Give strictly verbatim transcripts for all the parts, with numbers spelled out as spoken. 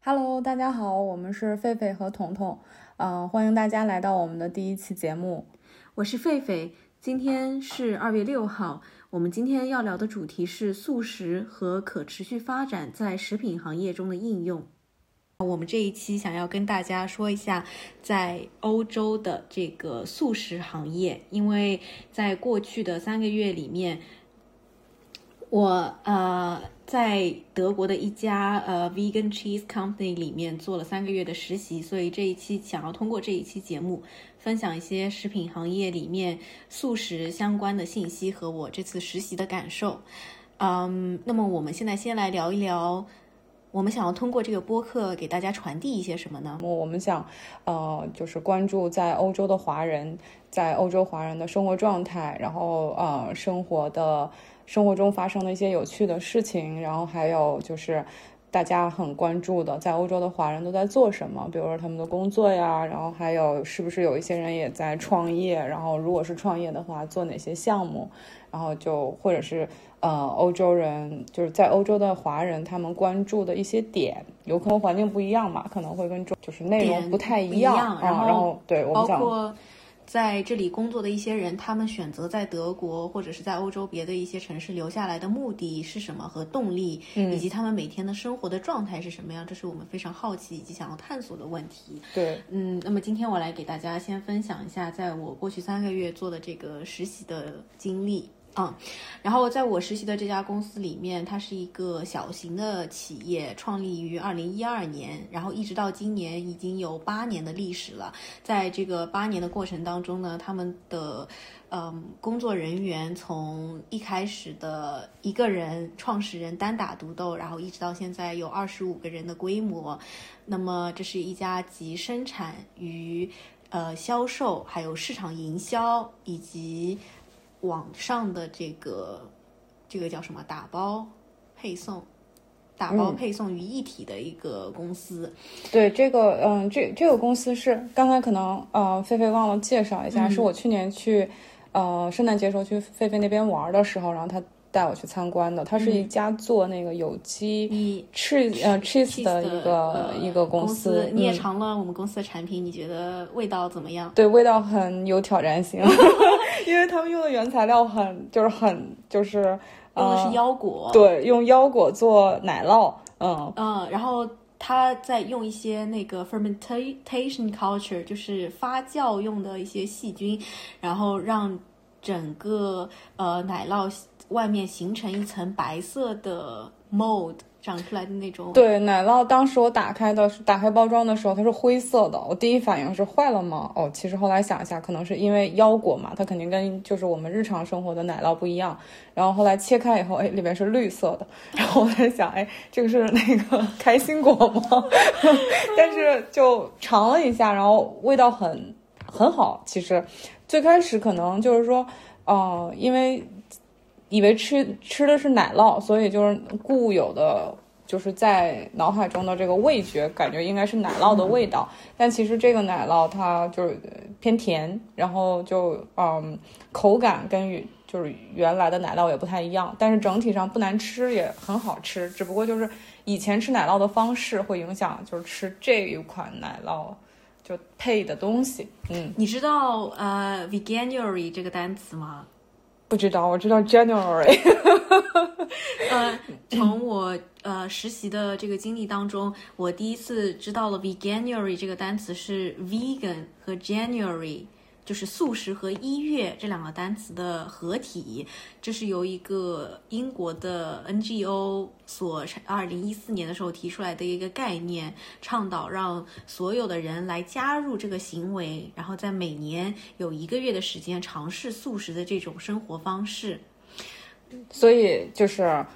Hello，大家好，我们是狒狒和彤彤，嗯、呃，欢迎大家来到我们的第一期节目。 我是狒狒，今天是二月六号，我们今天要聊的主题是素食和可持续发展在食品行业中的应用。我们这一期想要跟大家说一下在欧洲的这个素食行业，因为在过去的三个月里面，我呃在德国的一家呃 vegan cheese company 里面做了三个月的实习，所以这一期想要通过这一期节目分享一些食品行业里面素食相关的信息和我这次实习的感受。嗯，那么我们现在先来聊一聊，我们想要通过这个播客给大家传递一些什么呢？ 我们想，呃，就是关注在欧洲的华人，在欧洲华人的生活状态，然后呃，生活的生活中发生的一些有趣的事情，然后还有就是大家很关注的，在欧洲的华人都在做什么，比如说他们的工作呀，然后还有是不是有一些人也在创业，然后如果是创业的话，做哪些项目，然后就或者是。呃，欧洲人就是在欧洲的华人，他们关注的一些点，有可能环境不一样嘛，可能会跟中就是内容不太一样。 一样然后、 嗯、然后对我们包括在这里工作的一些人，他们选择在德国或者是在欧洲别的一些城市留下来的目的是什么和动力， 嗯、 以及他们每天的生活的状态是什么样，这是我们非常好奇以及想要探索的问题。 对， 嗯，那么今天我来给大家先分享一下，在我过去三个月做的这个实习的经历。嗯，然后在我实习的这家公司里面，它是一个小型的企业，创立于二零一二年，然后一直到今年已经有八年的历史了。在这个八年的过程当中呢，他们的嗯工作人员从一开始的一个人创始人单打独斗，然后一直到现在有二十五个人的规模。那么这是一家集生产与呃销售，还有市场营销以及网上的这个这个叫什么打包配送打包配送于一体的一个公司。 嗯、对这个嗯这这个公司是刚才可能呃狒狒忘了介绍一下、嗯、是我去年去呃圣诞节时候去狒狒那边玩的时候，然后他带我去参观的，它是一家做那个有机 cheese、嗯、呃 cheese 的一个、呃、一个公司。 公司你也尝了我们公司的产品、嗯、你觉得味道怎么样？ 对，味道很有挑战性因为他们用的原材料很就是很就是用的是腰果、 呃、对，用腰果做奶酪。嗯嗯，然后他在用一些那个 fermentation culture， 就是发酵用的一些细菌，然后让整个呃奶酪外面形成一层白色的 mold， 长出来的那种。 对，奶酪当时我打开的打开包装的时候它是灰色的，我第一反应是坏了吗？哦，其实后来想一下，可能是因为腰果嘛，它肯定跟就是我们日常生活的奶酪不一样。然后后来切开以后，哎，里面是绿色的。然后我在想，哎，这个是那个开心果吗？但是就尝了一下，然后味道很很好。其实最开始可能就是说，呃，因为以为吃吃的是奶酪，所以就是固有的就是在脑海中的这个味觉感觉应该是奶酪的味道，但其实这个奶酪它就是偏甜，然后就嗯口感跟就是原来的奶酪也不太一样，但是整体上不难吃，也很好吃，只不过就是以前吃奶酪的方式会影响就是吃这一款奶酪就配的东西。嗯， 你知道呃 veganuary 这个单词吗？ 不知道，我知道 January 呃，从我呃实习的这个经历当中，我第一次知道了 veganuary 这个单词是 vegan 和 January， 就是素食和一月这两个单词的合体。这是由一个英国的 N G O 所二零一四年的时候提出来的一个概念，倡导让所有的人来加入这个行为，然后在每年有一个月的时间尝试素食的这种生活方式。 所以就是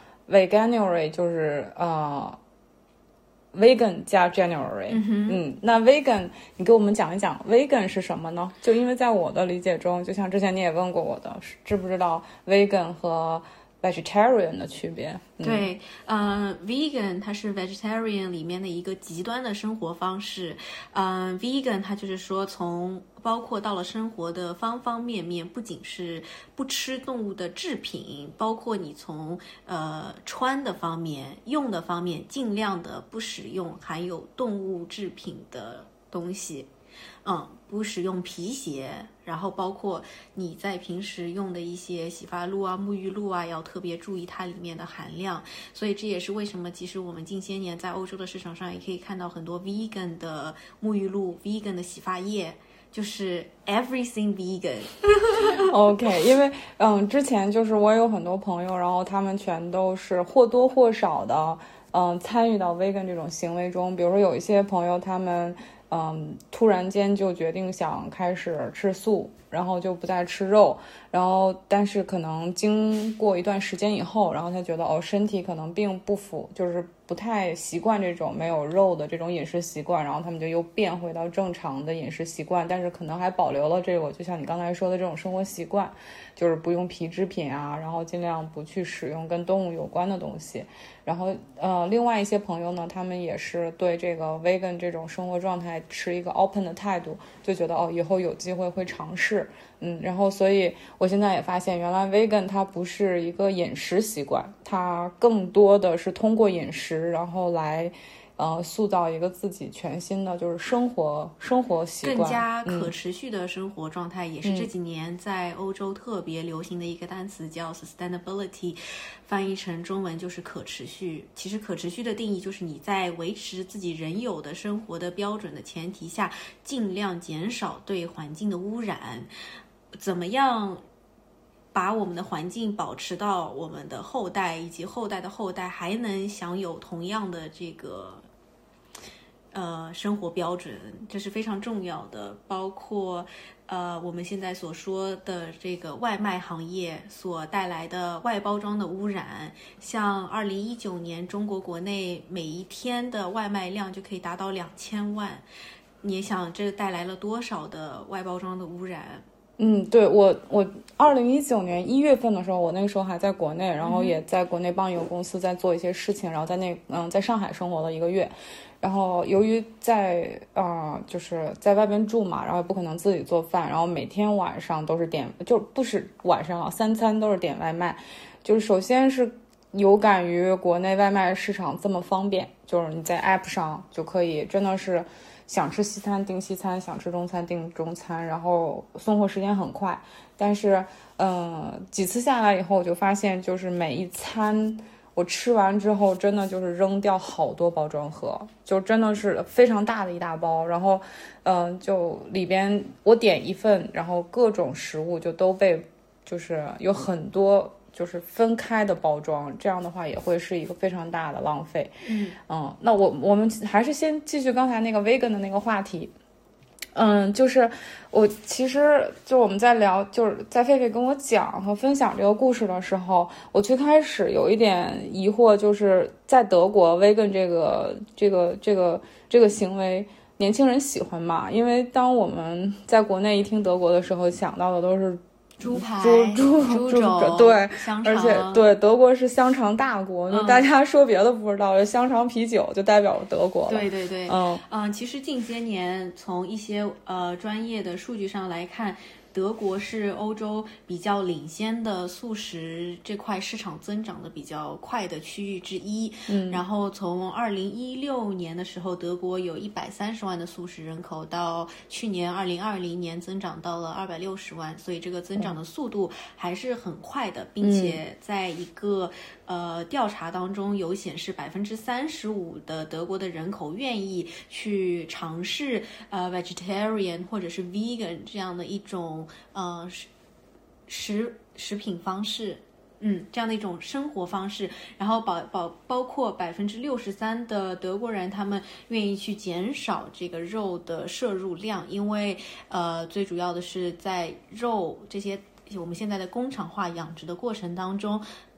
veganuary 就是呃 vegan 加 January。 嗯, 嗯，那 vegan 你给我们讲一讲 vegan 是什么呢？就因为在我的理解中，就像之前你也问过我的，知不知道 vegan 和 vegetarian 的区别。 嗯、对，呃 vegan 它是 vegetarian 里面的一个极端的生活方式。嗯、呃、vegan 它就是说从包括到了生活的方方面面，不仅是不吃动物的制品，包括你从呃穿的方面、用的方面，尽量的不使用含有动物制品的东西。嗯，不使用皮鞋，然后包括你在平时用的一些洗发露啊、沐浴露啊，要特别注意它里面的含量。所以这也是为什么，其实我们近些年在欧洲的市场上也可以看到很多 vegan 的沐浴露、vegan 的洗发液，就是 everything vegan。OK， 因为嗯，之前就是我有很多朋友，然后他们全都是或多或少的嗯参与到 vegan 这种行为中，比如说有一些朋友他们。嗯，突然间就决定想开始吃素，然后就不再吃肉，然后但是可能经过一段时间以后，然后他觉得哦，身体可能并不符，就是不太习惯这种没有肉的这种饮食习惯，然后他们就又变回到正常的饮食习惯，但是可能还保留了这个，就像你刚才说的这种生活习惯，就是不用皮制品啊，然后尽量不去使用跟动物有关的东西。然后呃，另外一些朋友呢，他们也是对这个 vegan 这种生活状态持一个 open 的态度，就觉得哦，以后有机会会尝试。嗯，然后所以我现在也发现，原来 vegan 它不是一个饮食习惯，它更多的是通过饮食，然后来呃，塑造一个自己全新的就是生活生活习惯， 更加可持续的生活状态，嗯、也是这几年在欧洲特别流行的一个单词，叫 sustainability， 翻译成中文就是可持续。其实可持续的定义就是你在维持自己人有的生活的标准的前提下，尽量减少对环境的污染。怎么样把我们的环境保持到我们的后代以及后代的后代还能享有同样的这个呃生活标准，这是非常重要的。包括呃我们现在所说的这个外卖行业所带来的外包装的污染，像二零一九年中国国内每一天的外卖量就可以达到两千万，你想这带来了多少的外包装的污染？ 嗯，对，我我二零一九年一月份的时候，我那个时候还在国内，然后也在国内帮一个公司在做一些事情，然后在那嗯在上海生活了一个月，然后由于在啊、呃、就是在外边住嘛，然后也不可能自己做饭，然后每天晚上都是点，就不是晚上啊，三餐都是点外卖，就是首先是有感于国内外卖市场这么方便，就是你在 app 上就可以真的是。想吃西餐订西餐，想吃中餐订中餐，然后送货时间很快。但是，嗯、呃，几次下来以后，我就发现，就是每一餐我吃完之后，真的就是扔掉好多包装盒，就真的是非常大的一大包。然后，嗯、呃，就里边我点一份，然后各种食物就都被，就是有很多。就是分开的包装，这样的话也会是一个非常大的浪费。 嗯嗯，那我我们还是先继续刚才那个 vegan 的那个话题。嗯，就是我其实就我们在聊，就是在狒狒跟我讲和分享这个故事的时候，我最开始有一点疑惑，就是在德国 vegan 这个这个这个这个行为。年轻人喜欢嘛？因为当我们在国内一听德国的时候，想到的都是。 猪排、 猪猪猪肘，对， 香肠， 而且对德国是香肠大国， 嗯、 就大家说别的不知道，香肠啤酒就代表德国了。 对对对， 嗯嗯，其实近些年从一些呃专业的数据上来看。德国是欧洲比较领先的素食这块市场增长的比较快的区域之一。 嗯， 然后从二零一六年的时候，德国有一百三十万的素食人口，到去年二零二零年增长到了二百六十万，所以这个增长的速度还是很快的，并且在一个呃调查当中有显示百分之三十五的德国的人口愿意去尝试呃 vegetarian 或者是 vegan 这样的一种。呃，食食食品方式，嗯，这样的一种生活方式，然后包包包括百分之六十三的德国人，他们愿意去减少这个肉的摄入量，因为呃，最主要的是在肉这些我们现在的工厂化养殖的过程当中。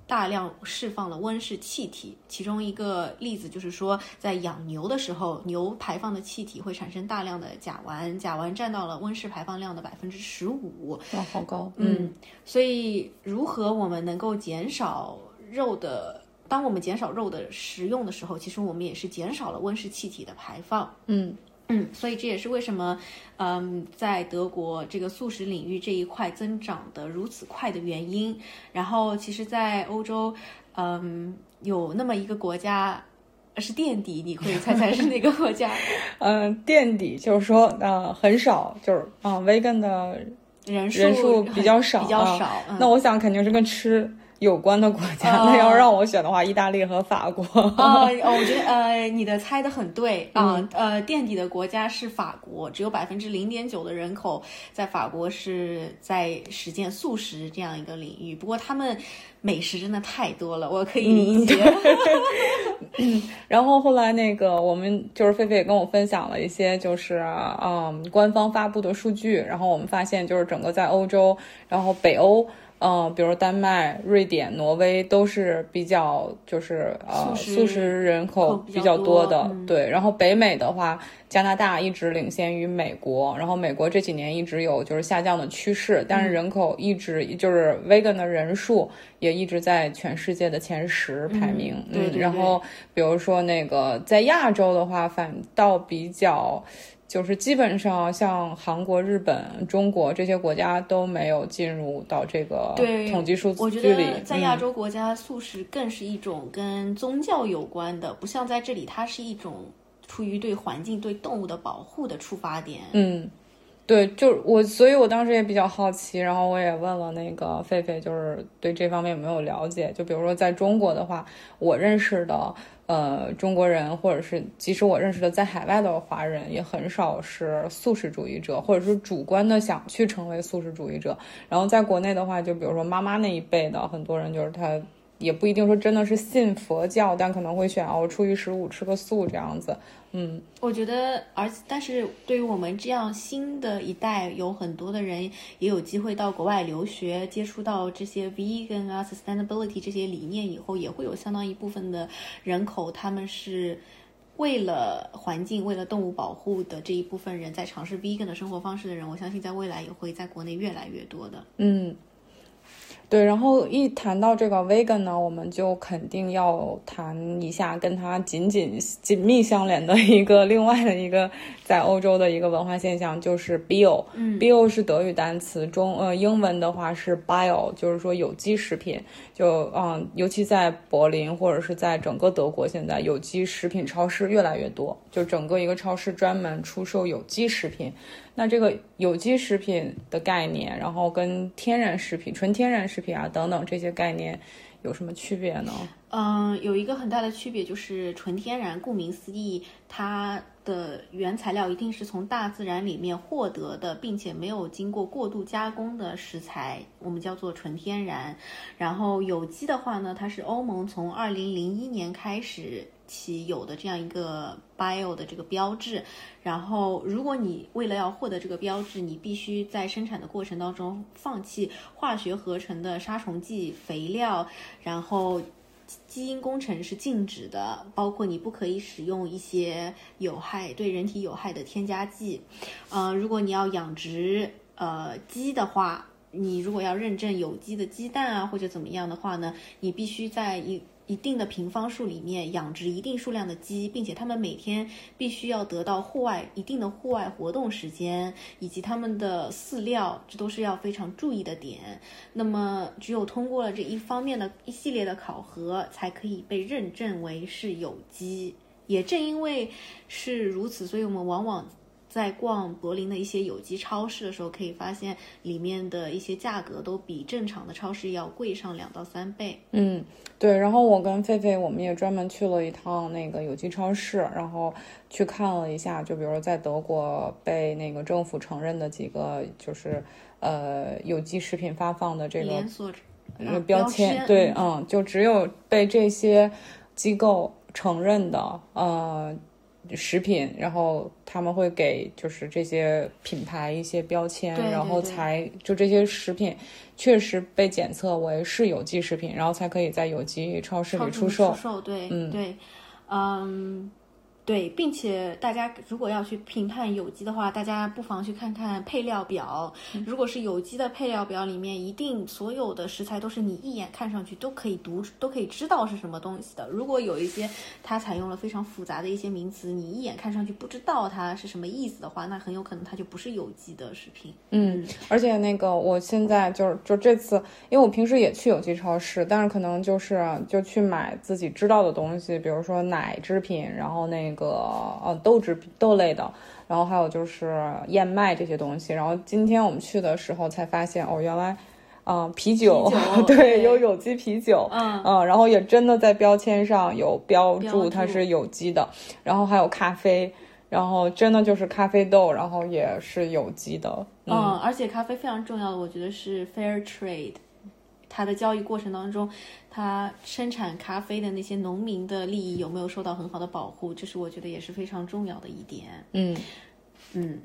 大量释放了温室气体，其中一个例子就是说，在养牛的时候，牛排放的气体会产生大量的甲烷，甲烷占到了温室排放量的百分之十五。 哇，好高！ 嗯，所以如何我们能够减少肉的，当我们减少肉的食用的时候，其实我们也是减少了温室气体的排放。 嗯。 嗯，所以这也是为什么，嗯，在德国这个素食领域这一块增长的如此快的原因。然后，其实，在欧洲，嗯，有那么一个国家是垫底，你会猜猜是哪个国家？ 嗯，垫底就是说，呃，很少，就是啊、呃、，vegan 的人数人数比较少， 比较少。 啊嗯、 那我想肯定是跟吃有关的国家，呃、那要让我选的话，意大利和法国。 哦，我觉得呃，你的猜的很对啊、嗯。呃，垫底的国家是法国，只有百分之零点九的人口在法国是在实践素食这样一个领域。不过他们美食真的太多了，我可以理解。 嗯，然后后来那个我们就是菲菲也跟我分享了一些就是嗯官方发布的数据，然后我们发现就是整个在欧洲，然后北欧。嗯，比如丹麦、瑞典、挪威都是比较就是呃素食人口比较多的， 嗯、 对。然后北美的话，加拿大一直领先于美国，然后美国这几年一直有就是下降的趋势，但是人口一直、嗯、就是 vegan 的人数也一直在全世界的前十排名。 嗯，对对对。 嗯，然后比如说那个在亚洲的话，反倒比较。就是基本上像韩国、日本、中国这些国家都没有进入到这个统计数据里。 我觉得在亚洲国家，素食更是一种跟宗教有关的，嗯、不像在这里，它是一种出于对环境、对动物的保护的出发点。 嗯，对，就我，所以我当时也比较好奇，然后我也问了那个狒狒，就是对这方面有没有了解？就比如说在中国的话，我认识的。呃，中国人或者是即使我认识的在海外的华人也很少是素食主义者，或者是主观的想去成为素食主义者。然后在国内的话，就比如说妈妈那一辈的很多人，就是他也不一定说真的是信佛教，但可能会选哦初一十五吃个素这样子。嗯， 我觉得，而但是对于我们这样新的一代，有很多的人也有机会到国外留学，接触到这些 vegan 啊 sustainability 这些理念以后，也会有相当一部分的人口，他们是为了环境、为了动物保护的这一部分人在尝试 vegan 的生活方式的人，我相信在未来也会在国内越来越多的。 嗯。对，然后一谈到这个 vegan 呢，我们就肯定要谈一下跟它紧紧紧密相连的一个另外的一个在欧洲的一个文化现象，就是 bio。 嗯 bio 是德语单词，中呃英文的话是 bio， 就是说有机食品。就嗯，尤其在柏林或者是在整个德国，现在有机食品超市越来越多，就整个一个超市专门出售有机食品。那这个有机食品的概念，然后跟天然食品、纯天然食品啊等等这些概念有什么区别呢？ 嗯，有一个很大的区别就是纯天然，顾名思义，它的原材料一定是从大自然里面获得的，并且没有经过过度加工的食材，我们叫做纯天然。然后有机的话呢，它是欧盟从二零零一年开始起有的这样一个 bio 的这个标志。然后如果你为了要获得这个标志，你必须在生产的过程当中放弃化学合成的杀虫剂、肥料，然后基因工程是禁止的，包括你不可以使用一些有害对人体有害的添加剂。呃，如果你要养殖呃鸡的话，你如果要认证有机的鸡蛋啊或者怎么样的话呢，你必须在一一定的平方数里面养殖一定数量的鸡，并且他们每天必须要得到户外一定的户外活动时间，以及他们的饲料，这都是要非常注意的点。那么只有通过了这一方面的一系列的考核，才可以被认证为是有机。也正因为是如此，所以我们往往在逛柏林的一些有机超市的时候，可以发现里面的一些价格都比正常的超市要贵上两到三倍。 嗯，对。然后我跟狒狒我们也专门去了一趟那个有机超市，然后去看了一下，就比如在德国被那个政府承认的几个就是呃有机食品发放的这个连锁呃标签，对，嗯，就只有被这些机构承认的呃食品，然后他们会给就是这些品牌一些标签， 对对对， 然后才就这些食品确实被检测为是有机食品，然后才可以在有机超市里出售。 出售，对， 嗯对，嗯。对，并且大家如果要去评判有机的话，大家不妨去看看配料表。如果是有机的配料表里面，一定所有的食材都是你一眼看上去都可以读、都可以知道是什么东西的。如果有一些它采用了非常复杂的一些名词，你一眼看上去不知道它是什么意思的话，那很有可能它就不是有机的食品。 嗯，而且那个我现在就是就这次，因为我平时也去有机超市，但是可能就是就去买自己知道的东西，比如说奶制品，然后那个呃豆制豆类的，然后还有就是燕麦这些东西。然后今天我们去的时候才发现，哦，原来嗯、呃，啤酒, 啤酒对, 对有有机啤酒， 嗯嗯，然后也真的在标签上有标标注注它是有机的，然后还有咖啡。然后真的就是咖啡豆，然后也是有机的。 嗯，嗯而且咖啡非常重要的，我觉得是 fair trade。它的交易过程当中，它生产咖啡的那些农民的利益有没有受到很好的保护，这是我觉得也是非常重要的一点。 嗯嗯。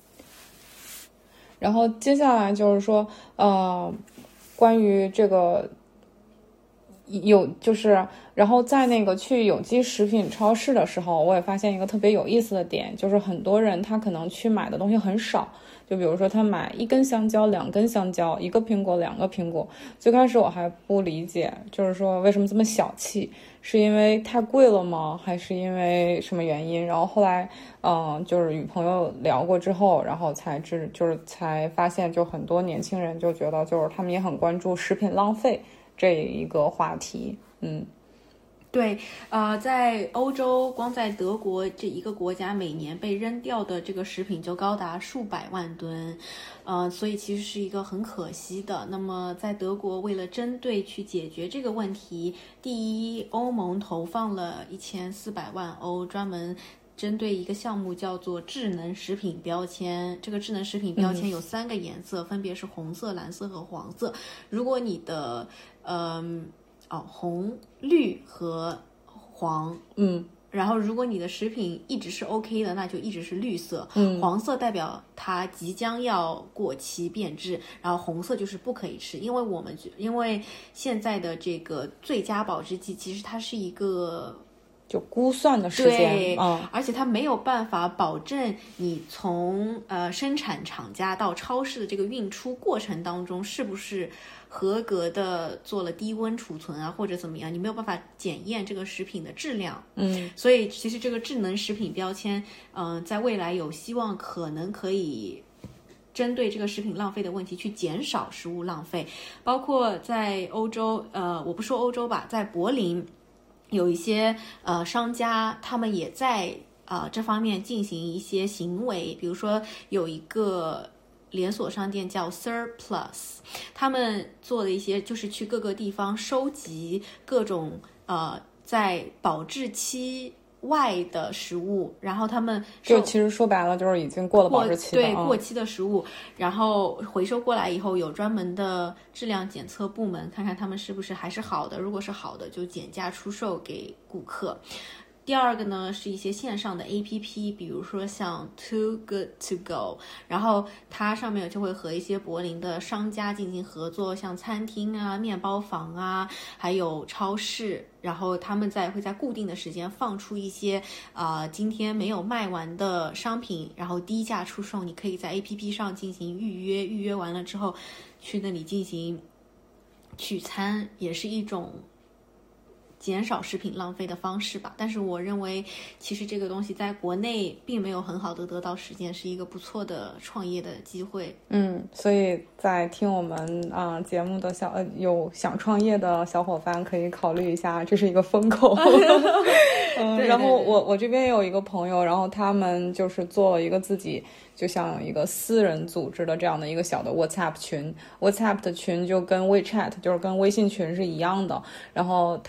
然后接下来就是说，呃，关于这个。有就是，然后在那个去有机食品超市的时候，我也发现一个特别有意思的点，就是很多人他可能去买的东西很少，就比如说他买一根香蕉、两根香蕉、一个苹果、两个苹果。最开始我还不理解，就是说为什么这么小气，是因为太贵了吗？还是因为什么原因？然后后来，嗯，就是与朋友聊过之后，然后才知就是才发现，就很多年轻人就觉得，就是他们也很关注食品浪费这一个话题。嗯， 对，呃，在欧洲，光在德国这一个国家，每年被扔掉的这个食品就高达数百万吨，呃，所以其实是一个很可惜的。那么在德国，为了针对去解决这个问题，第一，欧盟投放了一千四百万欧，专门针对一个项目叫做智能食品标签。这个智能食品标签有三个颜色，嗯、分别是红色、蓝色和黄色。如果你的嗯。哦，红、绿和黄， 嗯， 然后如果你的食品一直是 OK 的，那就一直是绿色， 嗯， 黄色代表它即将要过期变质，然后红色就是不可以吃，因为我们因为现在的这个最佳保质期其实它是一个。 就估算的时间， 对， 嗯， 而且它没有办法保证你从呃生产厂家到超市的这个运输过程当中是不是合格的做了低温储存啊，或者怎么样，你没有办法检验这个食品的质量。 嗯， 所以其实这个智能食品标签，嗯、呃，在未来有希望可能可以针对这个食品浪费的问题去减少食物浪费，包括在欧洲，呃，我不说欧洲吧，在柏林。有一些呃商家，他们也在啊、呃、这方面进行一些行为，比如说有一个连锁商店叫 Surplus， 他们做的一些就是去各个地方收集各种呃在保质期外的食物，然后他们就其实说白了就是已经过了保质期的， 对、嗯、过期的食物，然后回收过来以后有专门的质量检测部门，看看他们是不是还是好的，如果是好的就减价出售给顾客。第二个呢是一些线上的 A P P， 比如说像 Too Good To Go， 然后它上面就会和一些柏林的商家进行合作，像餐厅啊、面包房啊，还有超市，然后他们在会在固定的时间放出一些啊、呃、今天没有卖完的商品，然后低价出售，你可以在 A P P 上进行预约，预约完了之后去那里进行取餐，也是一种减少食品浪费的方式吧。但是我认为其实这个东西在国内并没有很好的得到实践，是一个不错的创业的机会。 嗯，所以在听我们啊、呃、节目的小呃有想创业的小伙伴可以考虑一下，这是一个风口。嗯，然后我我这边也有一个朋友，然后他们就是做了一个自己就像一个私人组织的这样的一个小的 WhatsApp 群 ，WhatsApp 的群就跟 WeChat 就是跟微信群是一样的，然后他连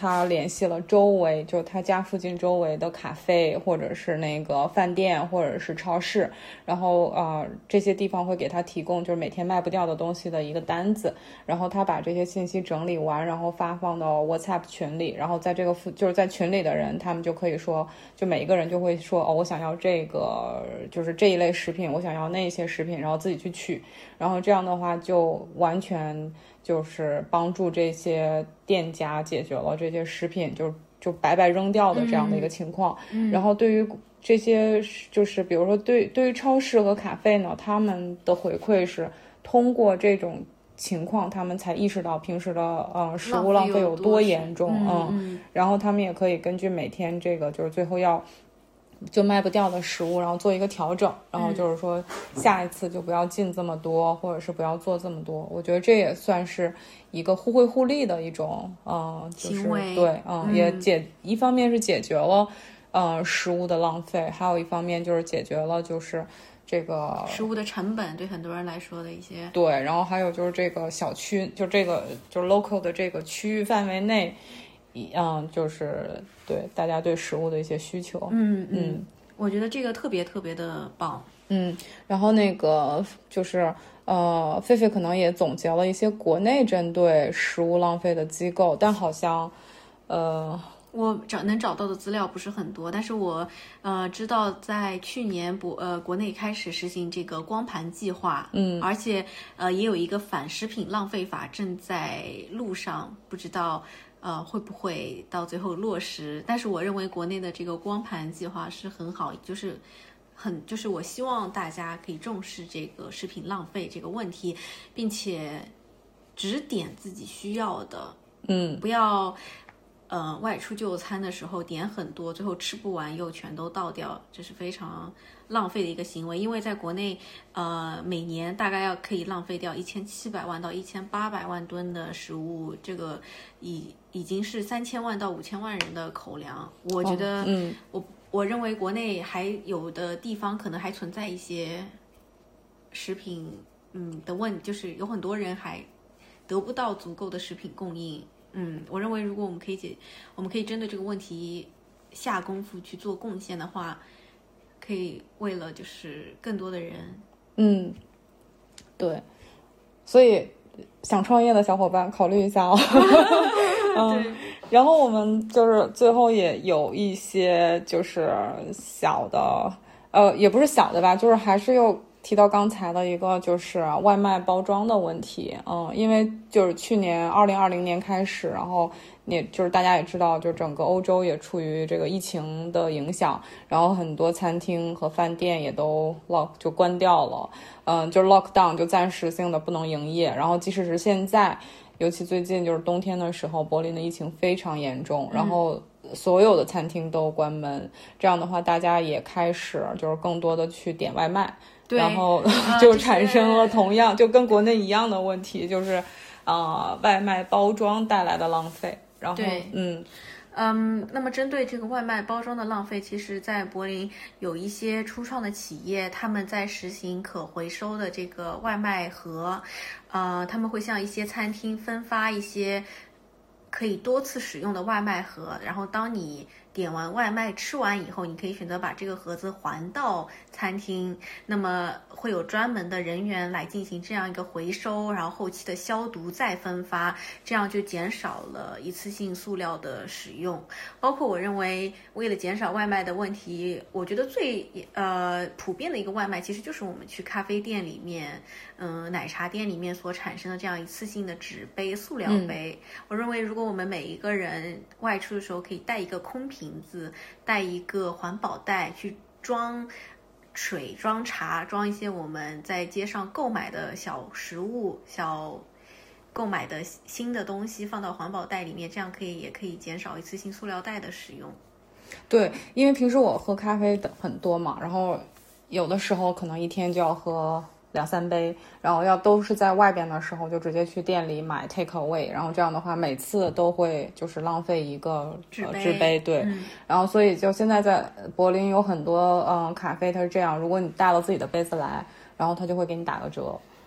联系了周围，就他家附近周围的咖啡或者是那个饭店或者是超市，然后呃这些地方会给他提供就是每天卖不掉的东西的一个单子，然后他把这些信息整理完，然后发放到 WhatsApp 群里，然后在这个附就是在群里的人，他们就可以说，就每一个人就会说，哦，我想要这个就是这一类食品，我想要那些食品，然后自己去取，然后这样的话就完全就是帮助这些店家解决了这些食品就就白白扔掉的这样的一个情况。 嗯嗯、 然后对于这些就是比如说对对于超市和咖啡呢，他们的回馈是通过这种情况他们才意识到平时的呃食物浪费有多严重。 嗯嗯， 然后他们也可以根据每天这个就是最后要就卖不掉的食物然后做一个调整，然后就是说下一次就不要进这么多，或者是不要做这么多。我觉得这也算是一个互惠互利的一种呃就是行为， 对嗯, 嗯也解一方面是解决了呃食物的浪费，还有一方面就是解决了就是这个食物的成本对很多人来说的一些对，然后还有就是这个小区就这个就是 local 的这个区域范围内嗯，就是对大家对食物的一些需求。 嗯嗯，我觉得这个特别特别的棒。 嗯，然后那个就是呃，狒狒可能也总结了一些国内针对食物浪费的机构，但好像呃。 我找能找到的资料不是很多，但是我呃知道在去年国呃国内开始实行这个光盘计划， 嗯， 而且呃也有一个反食品浪费法正在路上，不知道呃会不会到最后落实。但是我认为国内的这个光盘计划是很好，就是很就是我希望大家可以重视这个食品浪费这个问题，并且只点自己需要的， 嗯， 不要。呃，外出就餐的时候点很多，最后吃不完又全都倒掉，这是非常浪费的一个行为。因为在国内，呃，每年大概要可以浪费掉一千七百万到一千八百万吨的食物，这个已已经是三千万到五千万人的口粮。我觉得， 哦、嗯， 我我认为国内还有的地方可能还存在一些食品，嗯的问，就是有很多人还得不到足够的食品供应。嗯，我认为如果我们可以解，我们可以针对这个问题下功夫去做贡献的话，可以为了就是更多的人， 嗯，对，所以想创业的小伙伴考虑一下哦。嗯， 对。 然后我们就是最后也有一些就是小的，呃，也不是小的吧，就是还是又。提到刚才的一个就是外卖包装的问题，嗯，因为就是去年二零二零年开始，然后也就是大家也知道，就整个欧洲也处于这个疫情的影响，然后很多餐厅和饭店也都 lock 就关掉了，嗯，就是 lock down 就暂时性的不能营业，然后即使是现在，尤其最近就是冬天的时候，柏林的疫情非常严重，然后所有的餐厅都关门，这样的话大家也开始就是更多的去点外卖。然后就产生了同样、呃、就跟国内一样的问题，就是呃外卖包装带来的浪费。然后对嗯嗯，那么针对这个外卖包装的浪费，其实在柏林有一些初创的企业，他们在实行可回收的这个外卖盒，呃他们会向一些餐厅分发一些可以多次使用的外卖盒，然后当你点完外卖吃完以后，你可以选择把这个盒子还到餐厅，那么会有专门的人员来进行这样一个回收，然后后期的消毒再分发，这样就减少了一次性塑料的使用。包括我认为为了减少外卖的问题，我觉得最呃普遍的一个外卖其实就是我们去咖啡店里面嗯、呃、奶茶店里面所产生的这样一次性的纸杯塑料杯、嗯、我认为如果我们每一个人外出的时候可以带一个空瓶瓶子，带一个环保袋去装水、装茶、装一些我们在街上购买的小食物、小购买的新的东西放到环保袋里面，这样可以也可以减少一次性塑料袋的使用。 对，因为平时我喝咖啡的很多嘛，然后有的时候可能一天就要喝两三杯，然后要都是在外边的时候就直接去店里买 take away， 然后这样的话每次都会就是浪费一个纸杯， 呃、纸杯对、嗯，然后所以就现在在柏林有很多嗯咖啡它是这样，如果你带了自己的杯子来，然后他就会给你打个折，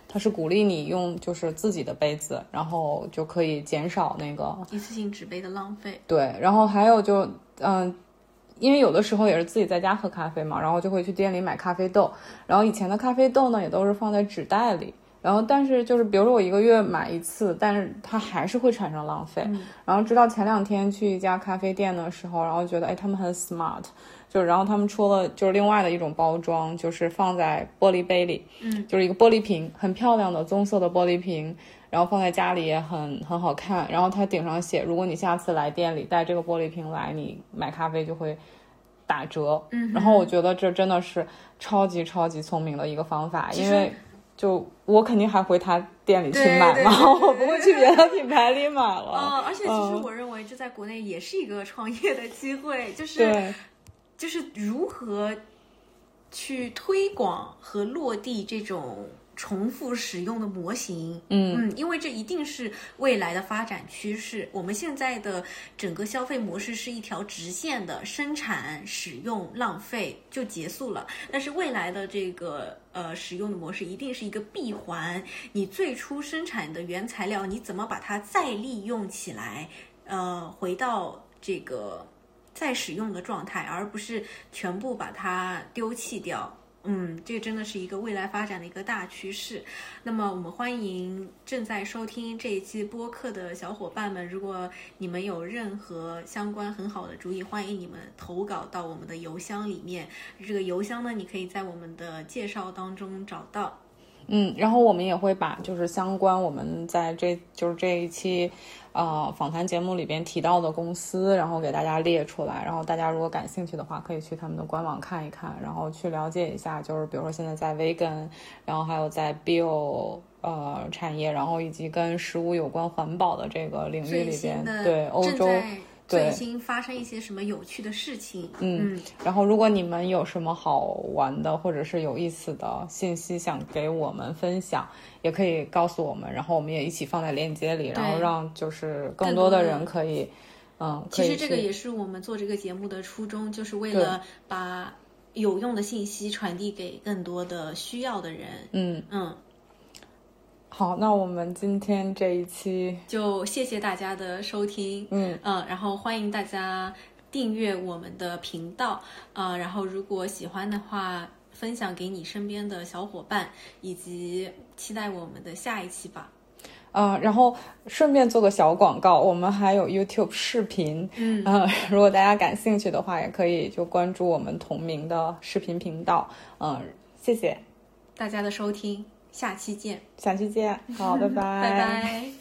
它是鼓励你用就是自己的杯子，然后就可以减少那个一次性纸杯的浪费。 对，然后还有就嗯。因为有的时候也是自己在家喝咖啡嘛，然后就会去店里买咖啡豆，然后以前的咖啡豆呢也都是放在纸袋里，然后但是就是比如说我一个月买一次，但是它还是会产生浪费、嗯、然后直到前两天去一家咖啡店的时候，然后觉得哎他们很 smart， 就是然后他们出了就是另外的一种包装，就是放在玻璃杯里， 嗯， 就是一个玻璃瓶，很漂亮的棕色的玻璃瓶，然后放在家里也很很好看，然后它顶上写如果你下次来店里带这个玻璃瓶来，你买咖啡就会打折。 嗯， 然后我觉得这真的是超级超级聪明的一个方法，因为就我肯定还回他店里去买嘛，我不会去别的品牌里买了。 呃，而且其实我认为这在国内也是一个创业的机会，就是就是如何去推广和落地这种重复使用的模型。 嗯嗯，因为这一定是未来的发展趋势。我们现在的整个消费模式是一条直线的，生产、使用、浪费就结束了。但是未来的这个呃使用的模式一定是一个闭环，你最初生产的原材料，你怎么把它再利用起来，呃，回到这个再使用的状态，而不是全部把它丢弃掉。嗯，这真的是一个未来发展的一个大趋势。那么我们欢迎正在收听这一期播客的小伙伴们，如果你们有任何相关很好的主意，欢迎你们投稿到我们的邮箱里面。这个邮箱呢，你可以在我们的介绍当中找到。 嗯，然后我们也会把就是相关我们在这就是这一期呃访谈节目里边提到的公司，然后给大家列出来，然后大家如果感兴趣的话可以去他们的官网看一看，然后去了解一下，就是比如说现在在 vegan， 然后还有在 bio 呃产业，然后以及跟食物有关环保的这个领域里边，对欧洲最新发生一些什么有趣的事情。 嗯, 嗯然后如果你们有什么好玩的或者是有意思的信息想给我们分享，也可以告诉我们，然后我们也一起放在链接里，然后让就是更多的人可以嗯可以其实这个也是我们做这个节目的初衷，就是为了把有用的信息传递给更多的需要的人。 嗯嗯好，那我们今天这一期就谢谢大家的收听。 嗯嗯，然后欢迎大家订阅我们的频道啊、呃，然后如果喜欢的话，分享给你身边的小伙伴，以及期待我们的下一期吧。 啊、呃，然后顺便做个小广告，我们还有 YouTube 视频， 嗯、 呃，如果大家感兴趣的话，也可以就关注我们同名的视频频道。嗯、呃，谢谢大家的收听。下期见， 下期见，好，拜拜， 拜拜。